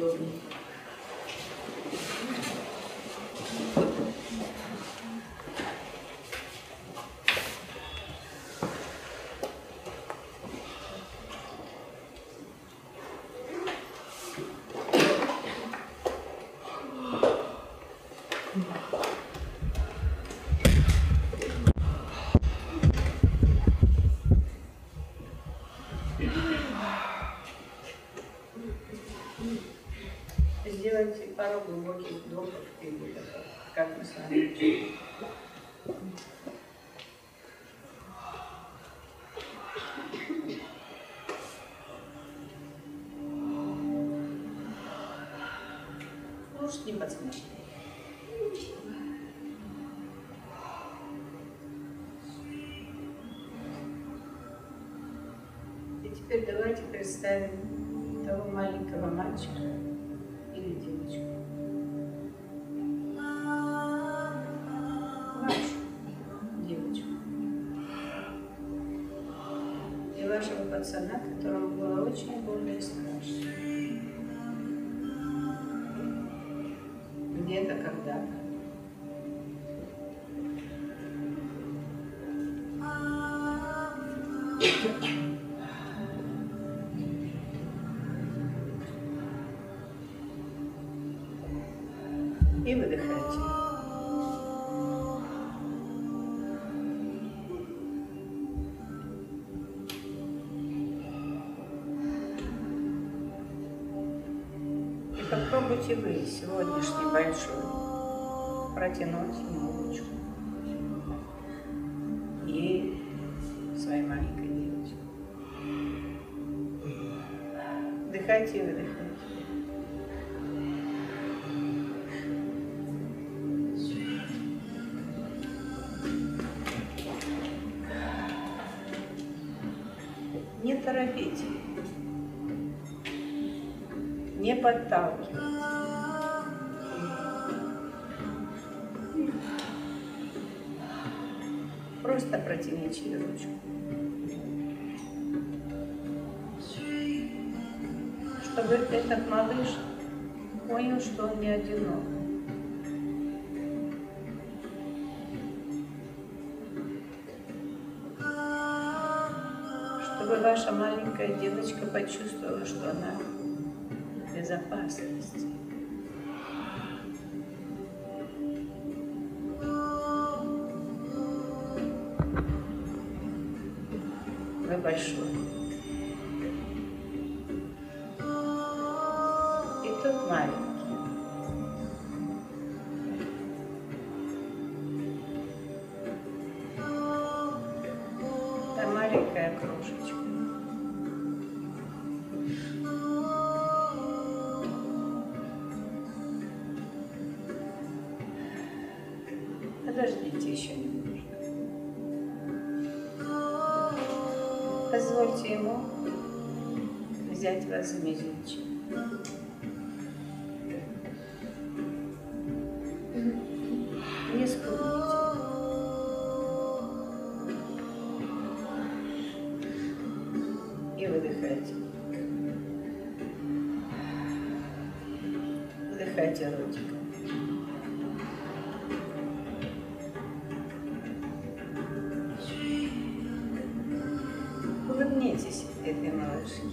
удобнее. Сделайте пару глубоких вдохов и выдохов, как мы с вами учили. Может, не подсмотреть. И теперь давайте представим того маленького мальчика или девочку. Вашу девочку. И вашего пацана, которому было очень больно и страшно. Где-то, когда-то. И выдыхайте. И попробуйте вы сегодняшний большой протянуть ему ручку. Ей, своей маленькой девочке. Вдыхайте и выдыхайте. Не торопите, не подталкивайте. Просто протяните ручку. Чтобы этот малыш понял, что он не одинок. Чтобы ваша маленькая девочка почувствовала, что она в безопасности. Вы большой. И тот маленький. Та маленькая крошечка. Подождите еще немножко. Позвольте ему взять вас за мизинчик. Не спугните. И выдыхайте. Вдыхайте ротиком. Улыбнитесь этой малышке.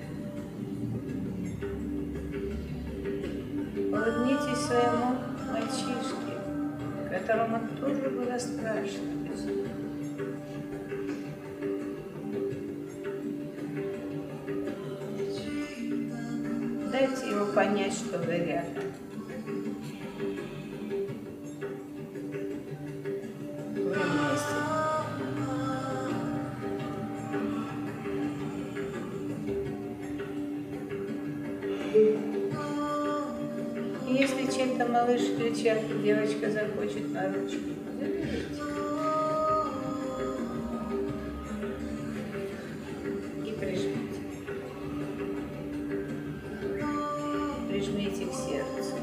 Улыбнитесь своему мальчишке, которому тоже было страшно. Дайте ему понять, что вы рядом. Вы вместе. И если чем-то малыш кричат, и девочка захочет на ручки, заберите. И прижмите. Прижмите к сердцу.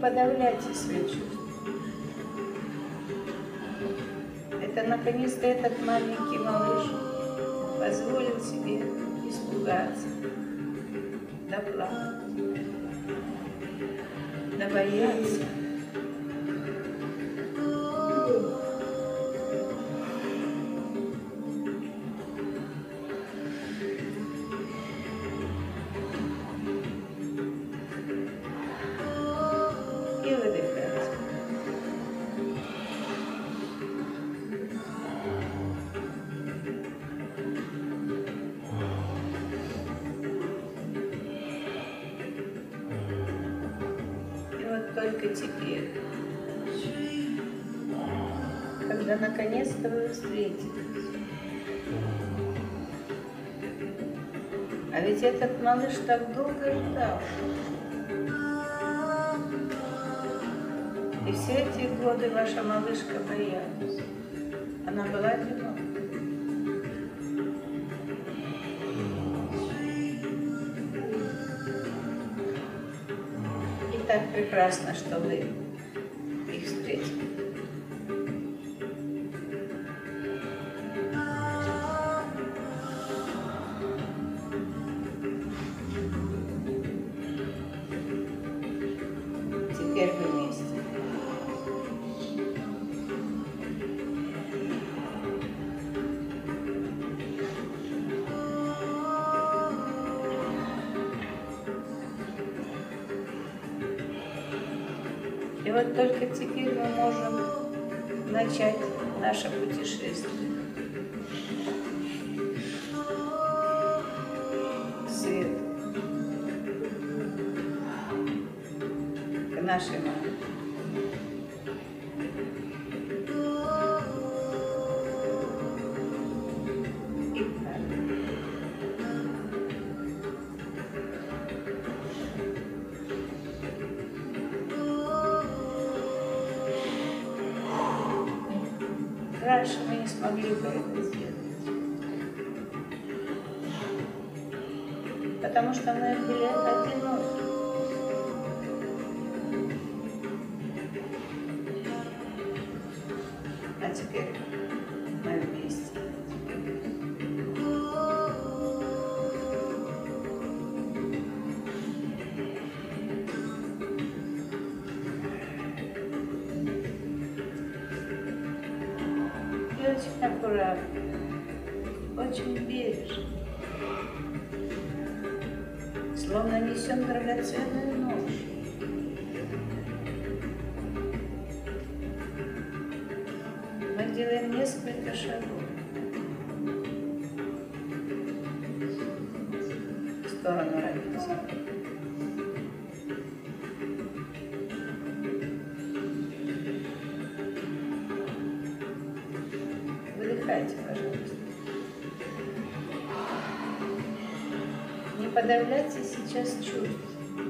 подавляйте свои чувства. Это наконец-то этот маленький малыш позволил себе испугаться, доплакать, добояться. И выдыхать. И вот только теперь, когда наконец-то вы встретились, а ведь этот малыш так долго ждал. И все эти годы ваша малышка боялась. Она была одинока. И так прекрасно, что вы их встретили. Теперь вы вместе. И вот только теперь мы можем начать наше путешествие. Свет. К нашей маме. И к нам. Раньше мы не смогли бы это сделать, потому что мы были одиноки. А теперь мы вместе. И очень аккуратно, очень бережно, словно несем драгоценную ношу. Мы делаем несколько шагов в сторону родителей. Выдыхайте, пожалуйста. Не подавляйте сейчас чувств.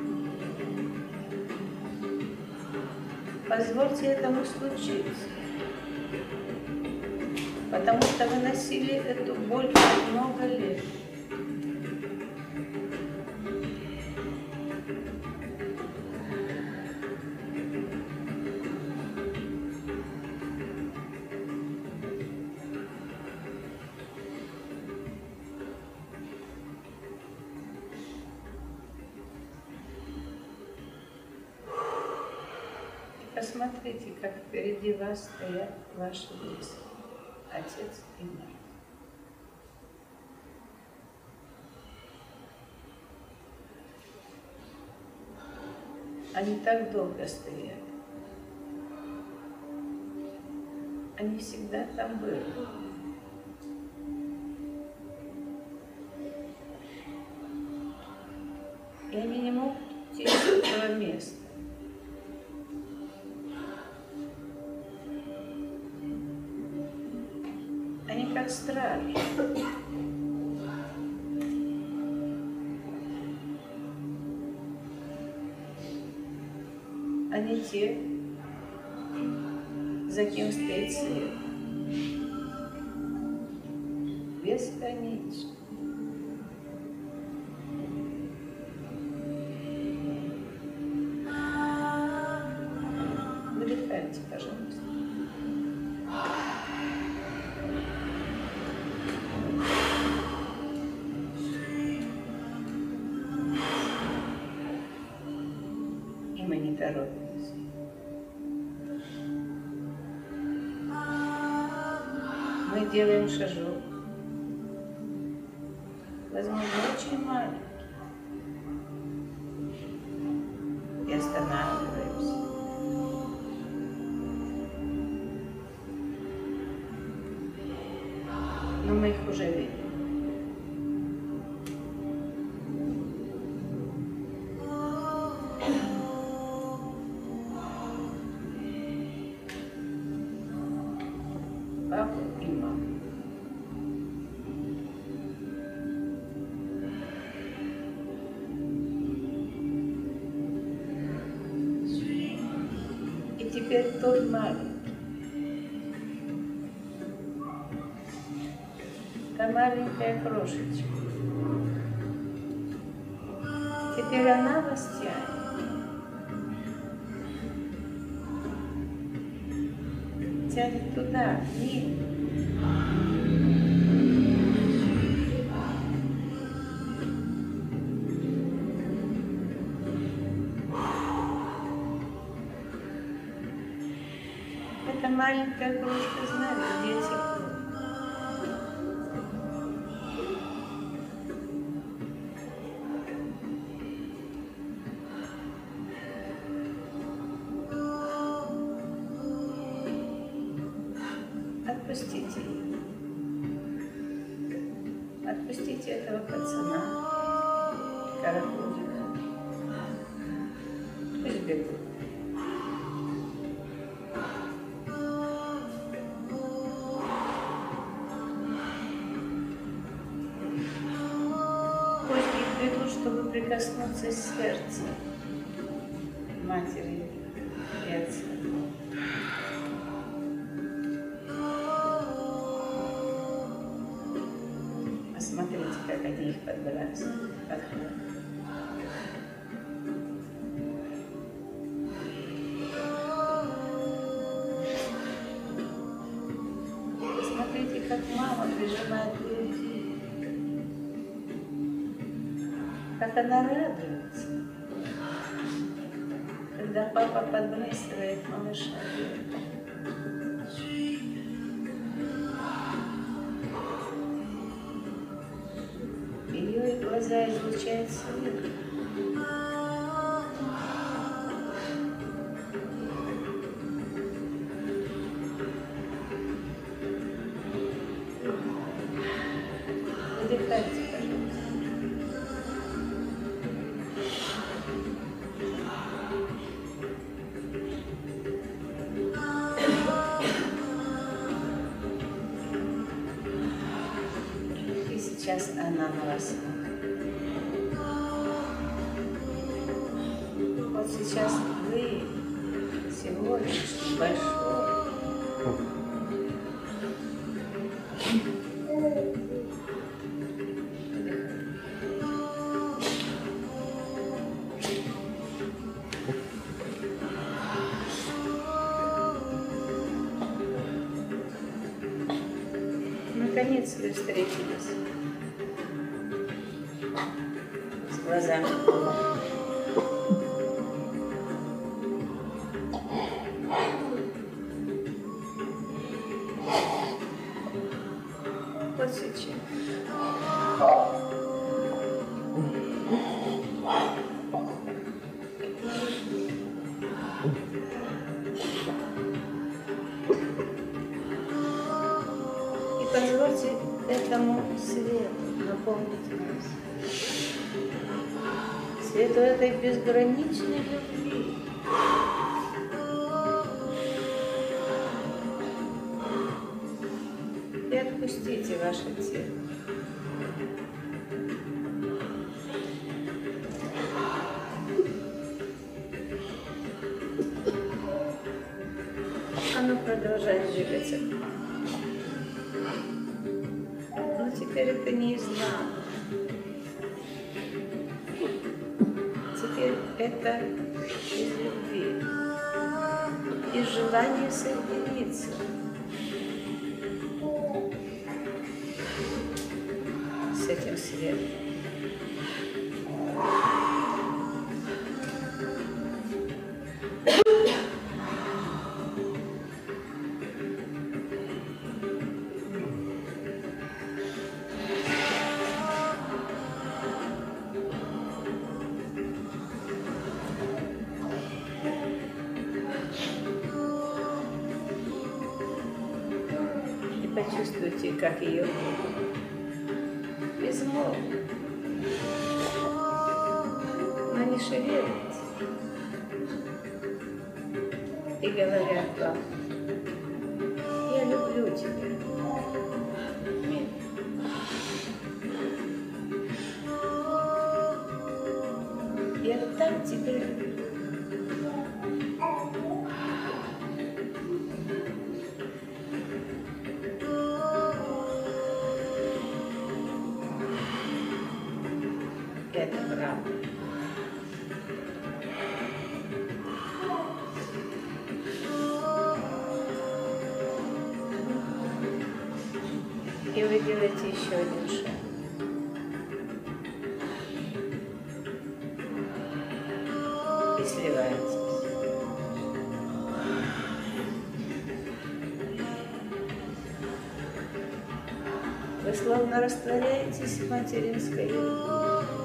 Позвольте этому случиться. Потому что вы носили эту боль много лет. Посмотрите, как впереди вас стоят ваши близкие, отец и мать. Они так долго стояли. Они всегда там были. И они не могут уйти из этого места. Они как стражи. Они те, за кем стоит свет. Бесконечно. торопимся. Мы делаем шажок, возможно, очень маленький, и останавливаемся. Но мы их уже видим. Папу и маму. И теперь тот маленький. Та маленькая крошечка. Теперь она вас тянет. Тянет туда, в мир. Эта маленькая крошка знает, где тепло. Отпустите ее. Отпустите этого пацана, карапузика. Пусть бегут. Пусть их ведут, чтобы прикоснуться с сердцем матери и отца. Смотрите, как они их подбрасывают, подходят. Посмотрите, как мама прижимает к груди. Как она радуется, когда папа подбрасывает малыша. Ее глаза излучают свет. Выдыхайте, пожалуйста. И сейчас она на вас смотрит. Вот сейчас вы сегодняшний большой. Наконец вы встретились с глазами. Вот сейчас. И позвольте этому свету наполнить нас. Свету этой безграничной любви. И отпустите ваше тело. Оно продолжает двигаться. Но теперь это не изнанка. Теперь это из любви, из желания соединиться. С этим светом. Чувствуйте, как ее безмолвно, но не шевелится. И говорят вам: я люблю тебя. Я так тебя люблю. Это правда. И вы делаете еще один шаг. И сливаетесь. Вы словно растворяетесь в материнской любви.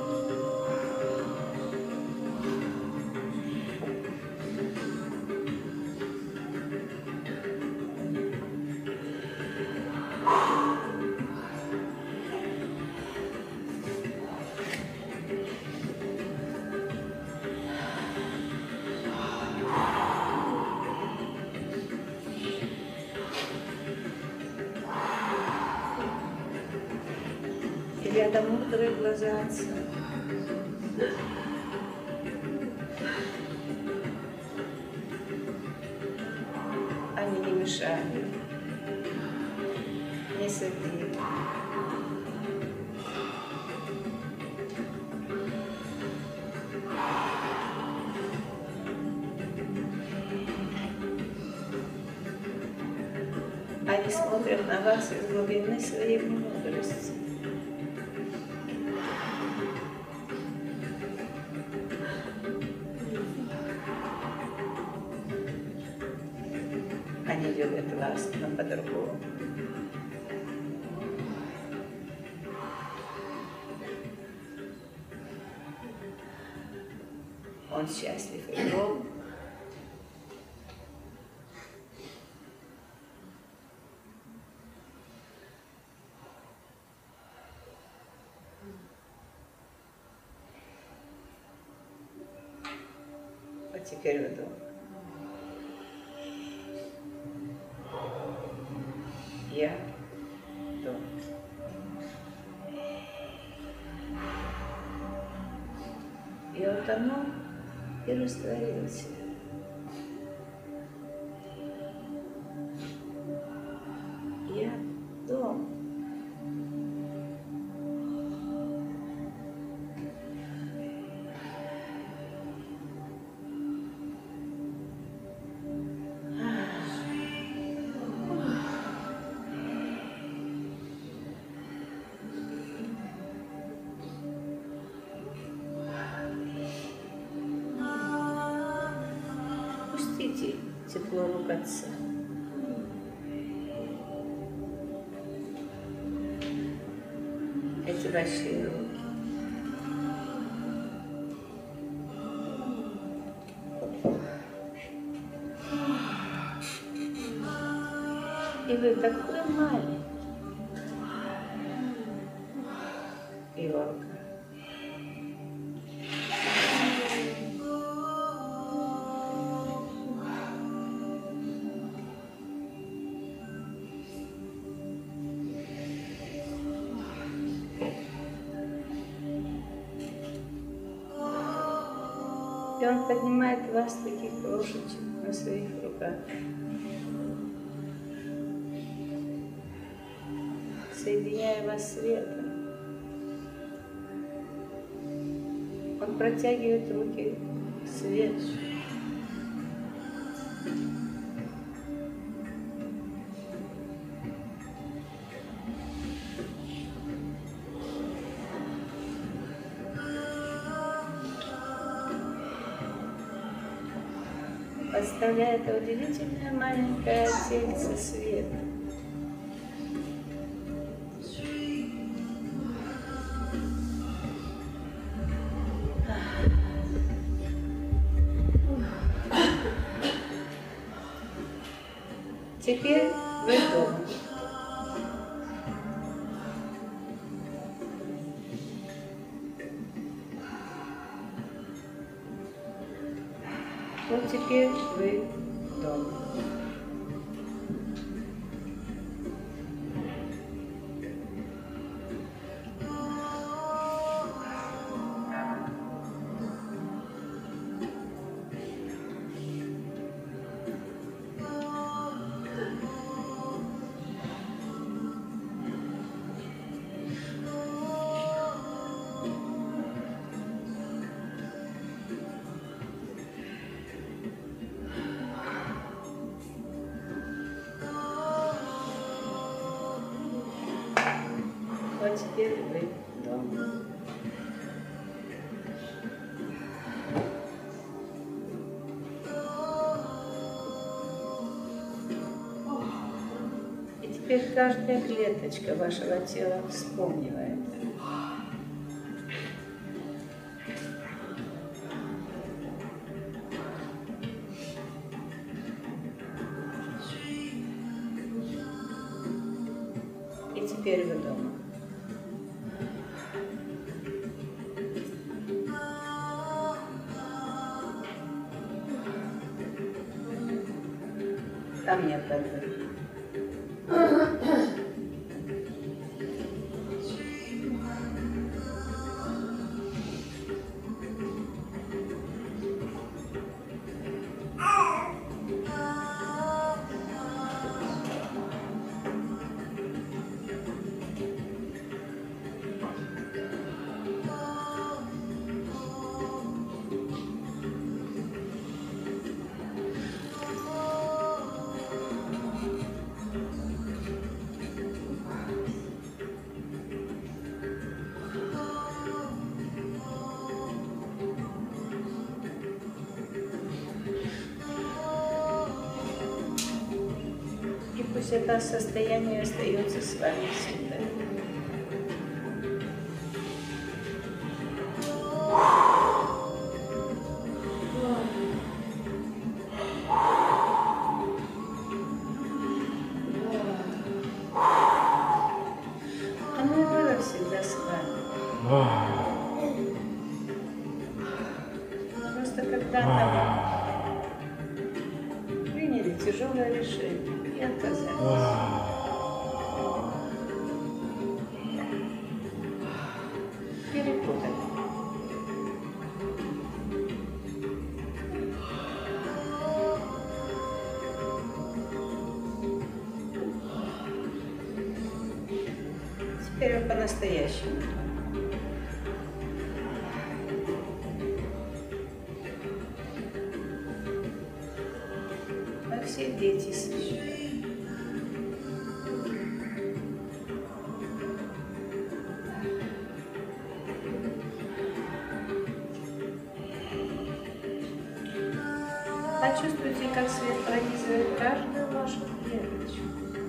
И рядом мудрые глаза Отца. Они не мешают, не сердили. Они смотрят на вас из глубины своей мудрости. Они любят вас, но по-другому. Он счастлив и Бог. А теперь вы дома. Я дома. Я утонул и растворился. Я дома. Пустите тепло рук Отца. Эти большие руки. И вы такой маленький. Иорка. И Он поднимает вас, таких крошечек, на своих руках, соединяя вас с светом. Он протягивает руки к свету. Подставляет это удивительное маленькое тельце света. Теперь вы дома. Вот теперь вы дома. Вот теперь вы дома. И теперь каждая клеточка вашего тела вспомнила это. И теперь вы дома. Там нет борьбы. Пусть это состояние остается с вами всегда. Оно и было всегда с вами. Просто когда-то приняли тяжелое решение. И отказались. Перепутали. Теперь вы по-настоящему. Мы все дети сейчас. Почувствуйте, как свет пронизывает каждую вашу клеточку.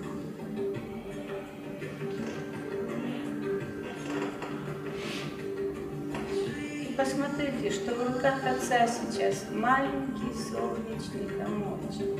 И посмотрите, что в руках Отца сейчас маленький солнечный комочек.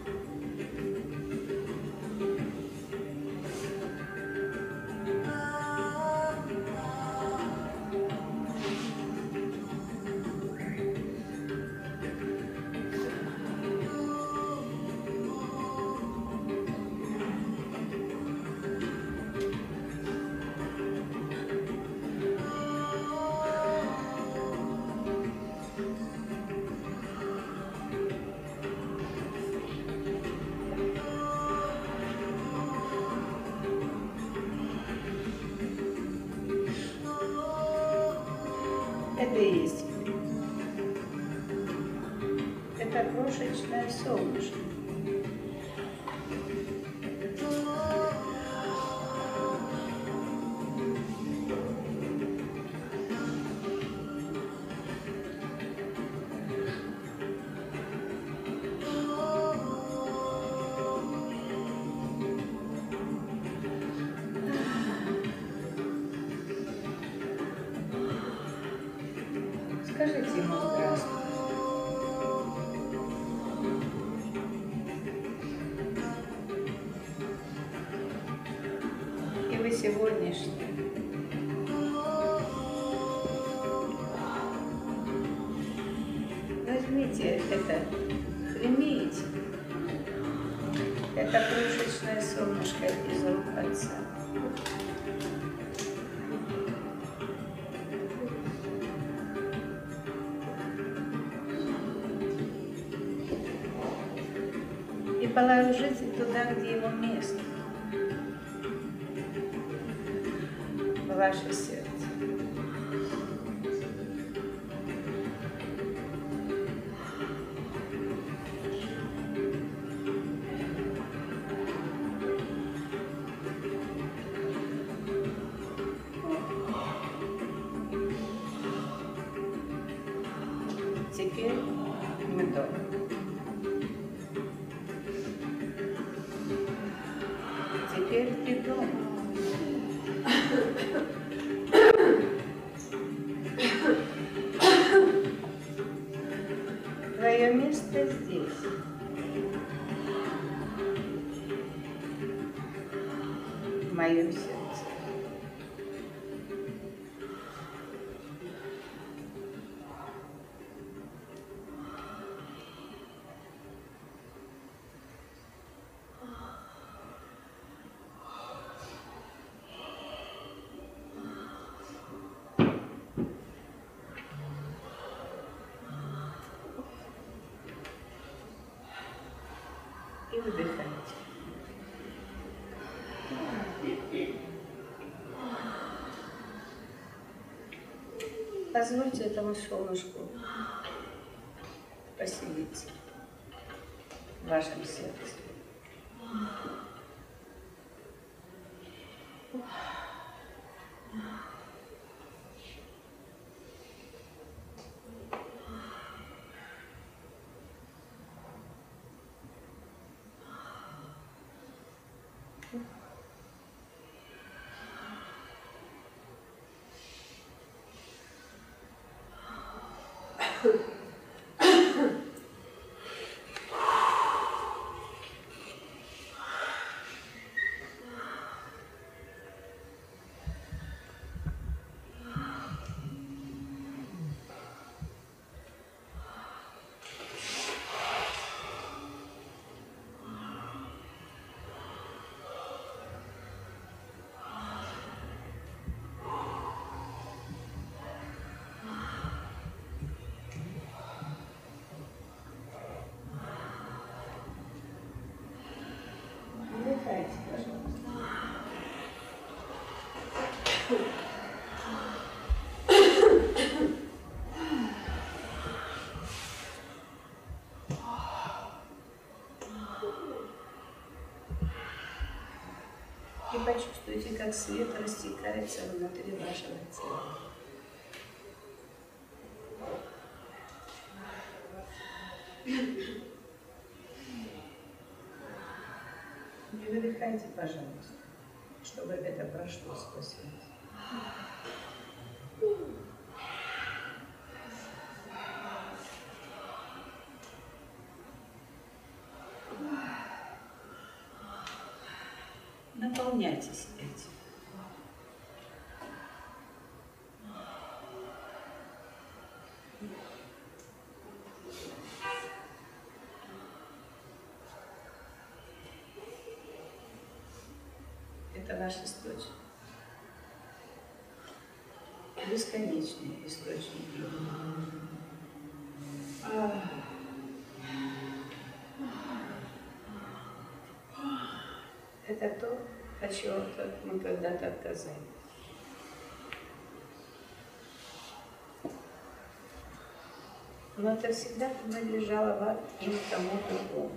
Это и есть. Это крошечное солнышко. Скажите ему здравствуй. И вы сегодняшний. Возьмите это примите. Это крошечное солнышко из рук Отца. И положите туда, где ему место. В ваше сердце. Теперь мы дома. Теперь ты дома. Твое место здесь. В моем сердце. И выдыхайте. Позвольте этому солнышку поселиться в вашем сердце. Выдыхайте, пожалуйста. И почувствуйте, как свет растекается внутри вашего тела. Не выдыхайте, пожалуйста, чтобы это прошло сквозь вас. Наполняйтесь этим. Это ваш источник. Бесконечный источник любви. Это то, от чего мы когда-то отказались. Но это всегда принадлежало вам и никому другому.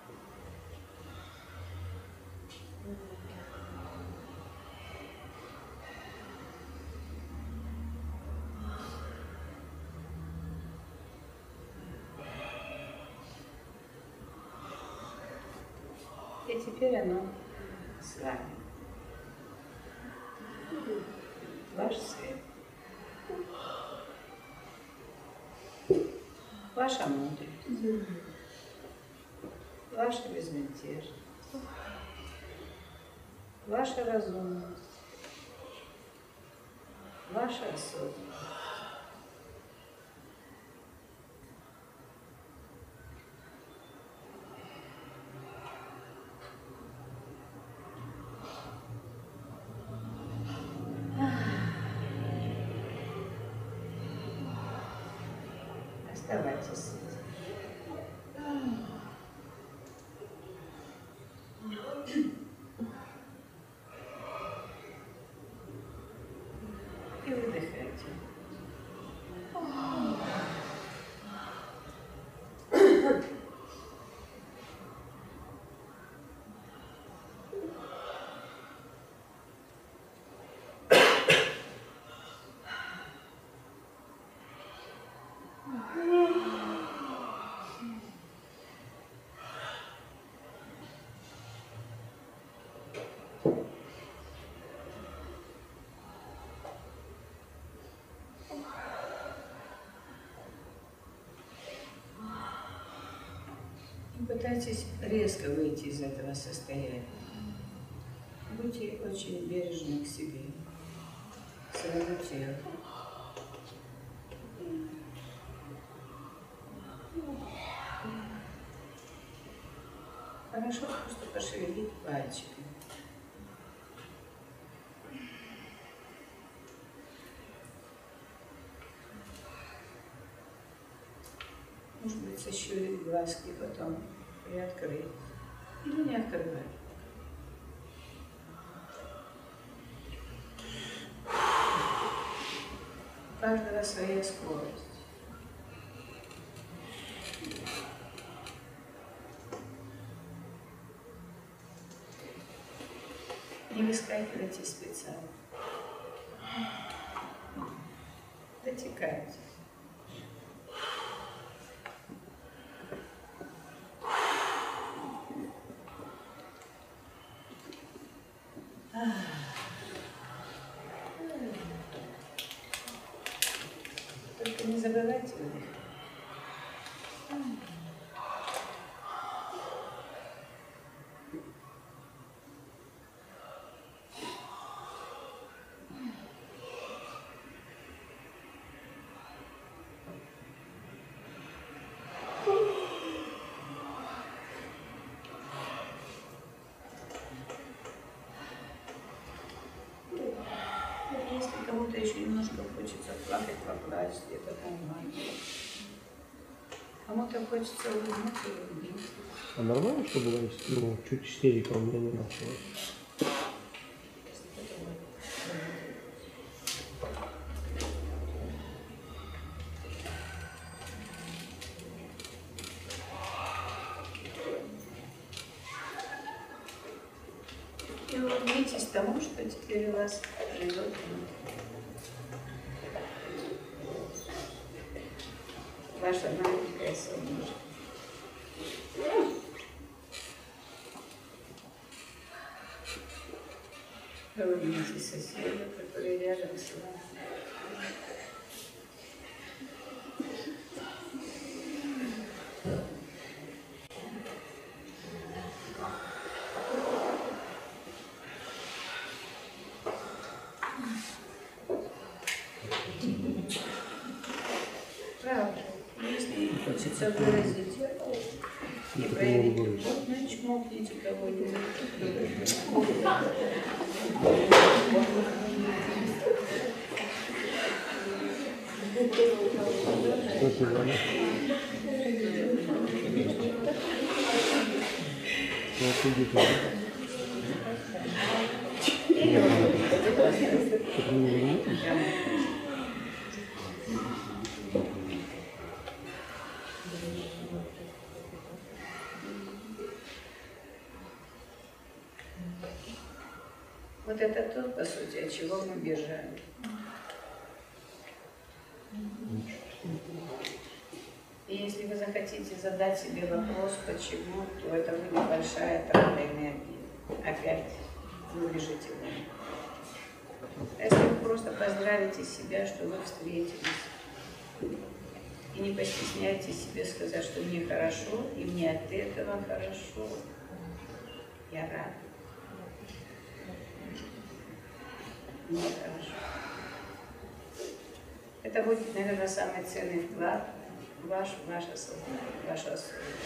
И теперь оно с вами. Ваш свет. Ваша мудрость. Ваша безмятежность. Ваша разумность. Ваша осознанность. Оставайтесь. И выдыхайте. Пытайтесь резко выйти из этого состояния. Будьте очень бережны к себе, к своему телу. Хорошо просто пошевелить пальчиками. Может быть, сощурить глазки потом и открыть. Или не открывать. У каждого своя скорость. Не выскакивайте специально. Дотекайте. Только не забывайте выдыхать. Если кому-то еще немножко хочется плакать, поплачь, это нормально. Кому-то хочется улыбнуться, улыбнуться. А нормально, что было, ну, чуть истерика у меня не началась? И улыбнитесь тому, что теперь у вас живет. Ваша маленькая солнышко. Улыбнитесь соседу, который рядом с вами. Правда, если хочется выразить и проявить любовь, ну чмокните кого-нибудь. Спасибо. Вот это то, по сути, от чего мы бежали. И если вы захотите задать себе вопрос, почему, то это будет большая трата энергии. Опять вы убежите в нее. А если вы просто поздравите себя, что вы встретились, и не постесняйтесь себе сказать, что мне хорошо, и мне от этого хорошо, я рада. Мне хорошо. Это будет, наверное, самый ценный вклад в ваше сознание.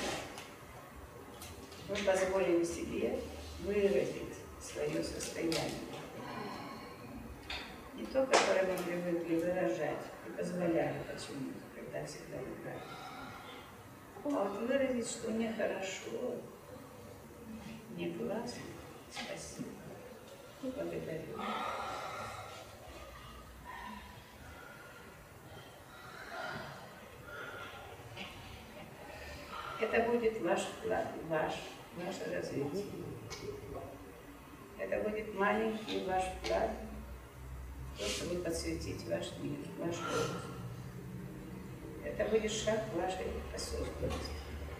Вы позволили себе выразить свое состояние. Не то, которое мы привыкли выражать, и позволяли почему-то. туда всегда убирают. А вот выразить, что мне хорошо, мне классно, спасибо, благодарю. Это будет ваш вклад, ваше развитие. Это будет маленький ваш вклад, то, чтобы подсветить ваш мир, ваш опыт. Это будет шаг вашей осознанности.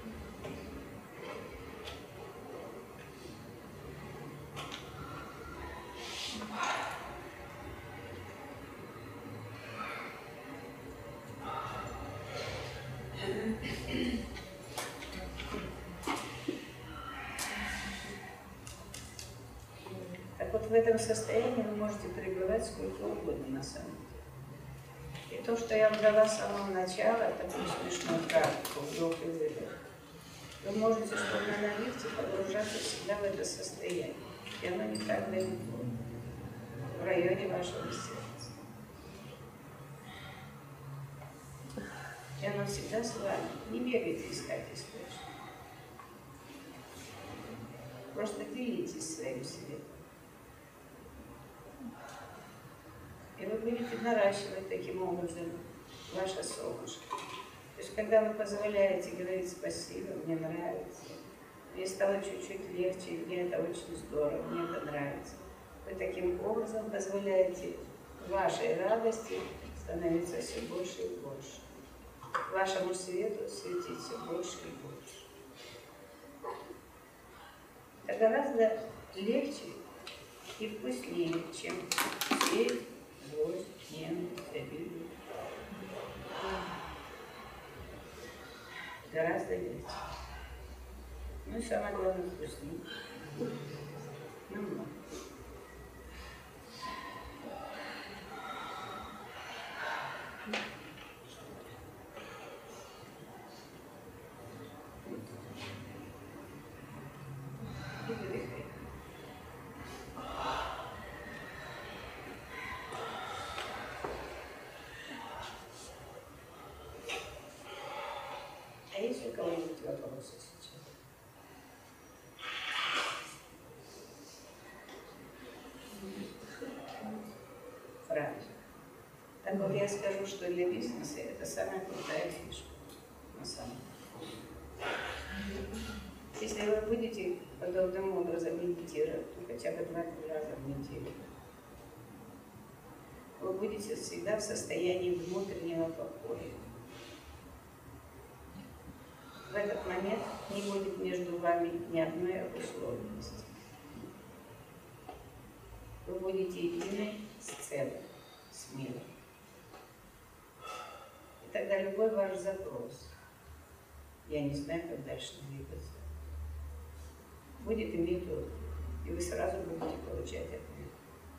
Так вот, в этом состоянии вы можете пребывать сколько угодно на самом деле. И то, что я вам дала с самого начала, такую смешную практику, вдох и выдох, вы можете, чтобы на лифте, погружаться всегда в это состояние. И оно не так далеко, в районе вашего сердца. И оно всегда с вами. Не бегайте искать источник. Просто делитесь своим светом. И вы будете наращивать таким образом ваше солнышко. То есть, когда вы позволяете говорить спасибо, мне нравится, мне стало чуть-чуть легче, и мне это очень здорово, мне это нравится. Вы таким образом позволяете вашей радости становиться все больше и больше. Вашему свету светить все больше и больше. Это гораздо легче и вкуснее, чем сеять злость, ненависть, обиду. Гораздо легче. Ну и самое главное, вкуснее. Намного. И выдыхай. А есть у кого-нибудь вопросы сейчас? Правильно. Так вот я скажу, что для бизнеса это самая крутая фишка на самом деле. Если вы будете подобным образом медитировать, ну, хотя бы 2-3 раза в неделю, вы будете всегда в состоянии внутреннего покоя. В этот момент не будет между вами ни одной обусловленности. Вы будете едины с целым, с миром. И тогда любой ваш запрос, я не знаю, как дальше двигаться, будет иметь отклик, и вы сразу будете получать ответ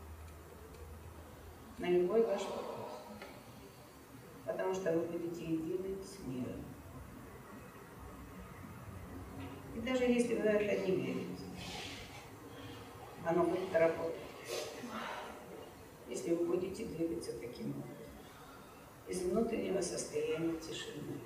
на любой ваш вопрос, потому что вы будете едины с миром. И даже если вы в это не верите, оно будет работать, если вы будете двигаться таким образом, из внутреннего состояния тишины.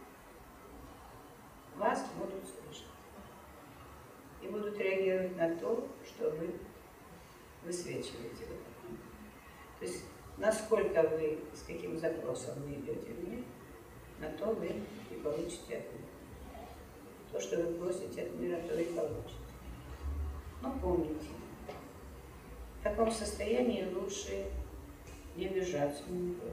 Вас будут слышать и будут реагировать на то, что вы высвечиваете в этот момент. То есть, насколько вы, с каким запросом вы идете в мир, на то вы и получите ответ. То, что вы просите от мира, то и получите. Но помните, в таком состоянии лучше не обижаться на никого.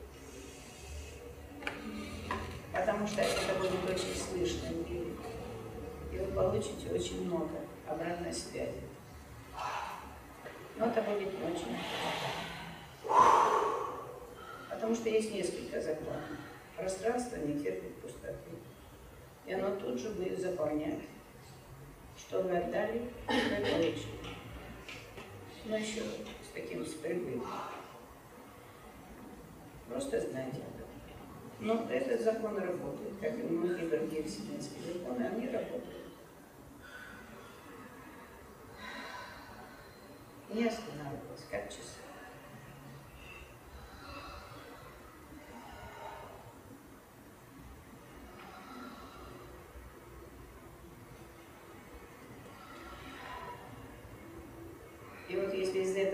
Потому что это будет очень слышно в мире. И вы получите очень много обратной связи. Но это будет не очень хорошо. Потому что есть несколько законов. Пространство не терпит пустоты. И оно тут же будет заполнять. Что вы отдали, вы получили. Но еще с таким прибылью. Просто знайте об этом. Но этот закон работает, как и многие другие вселенские законы, они работают. Не останавливайтесь, как часы.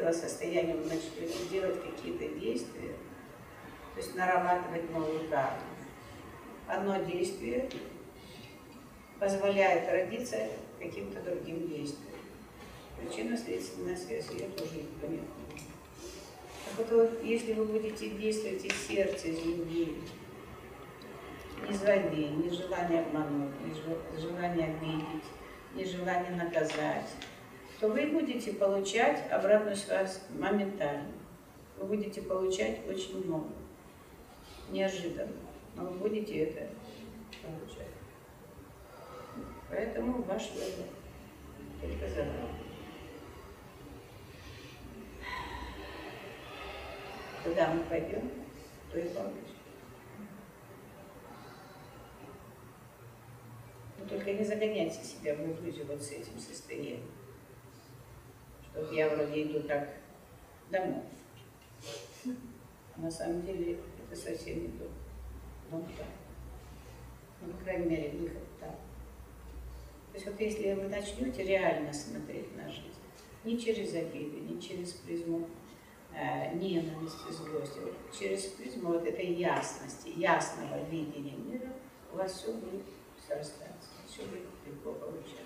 этого состояния вы начнете делать какие-то действия, то есть нарабатывать новую карту. Одно действие позволяет родиться каким-то другим действием. Причинно-следственная связь, ее тоже непонятна. Так вот, если вы будете действовать из сердца, из любви, ни злодей, ни желания обмануть, ни желания обидеть, ни желания наказать, то вы будете получать обратную связь моментально. Вы будете получать очень много. Неожиданно. Но вы будете это получать. Поэтому ваш выбор. Только за вами. Куда мы пойдем, то и получим. Но только не загоняйте себя в иллюзию вот с этим состоянием. Что я вроде иду так домой. А на самом деле это совсем не то. Дом там. Ну, по крайней мере, выход там. То есть вот если вы начнете реально смотреть на жизнь, не через обиды, не через призму ненависти, злости, вот через призму вот этой ясности, ясного видения мира, у вас все будет срастаться, все будет легко получаться.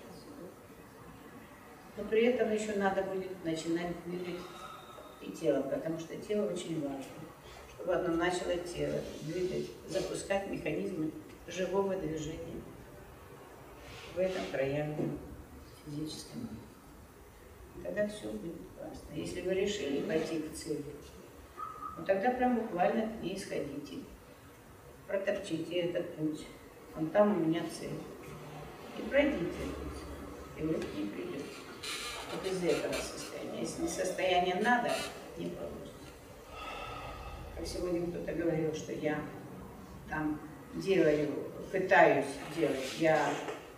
Но при этом еще надо будет начинать двигать и тело, потому что тело очень важно, чтобы оно начало тело двигать, запускать механизмы живого движения в этом проявленном физическом мире. Тогда все будет классно. Если вы решили пойти к цели, ну тогда прям буквально к ней сходите, протопчите этот путь. Вон там у меня цель. И пройдите этот, и вы к ней придете. Вот из этого состояния. Если состояние надо, не получится. Как сегодня кто-то говорил, что я там делаю, пытаюсь делать, я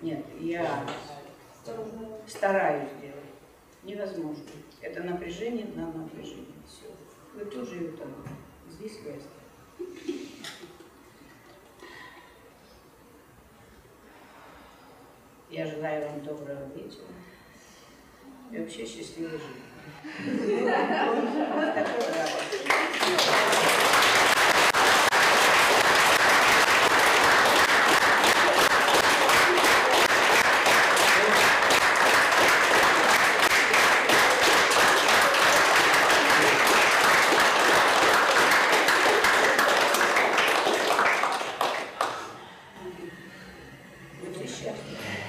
стараюсь делать. Невозможно. Это напряжение на напряжение. Все. Вы тоже и там. Здесь вы остались. Я желаю вам доброго вечера и вообще счастливой жизни. Такой радости. Будьте счастливы.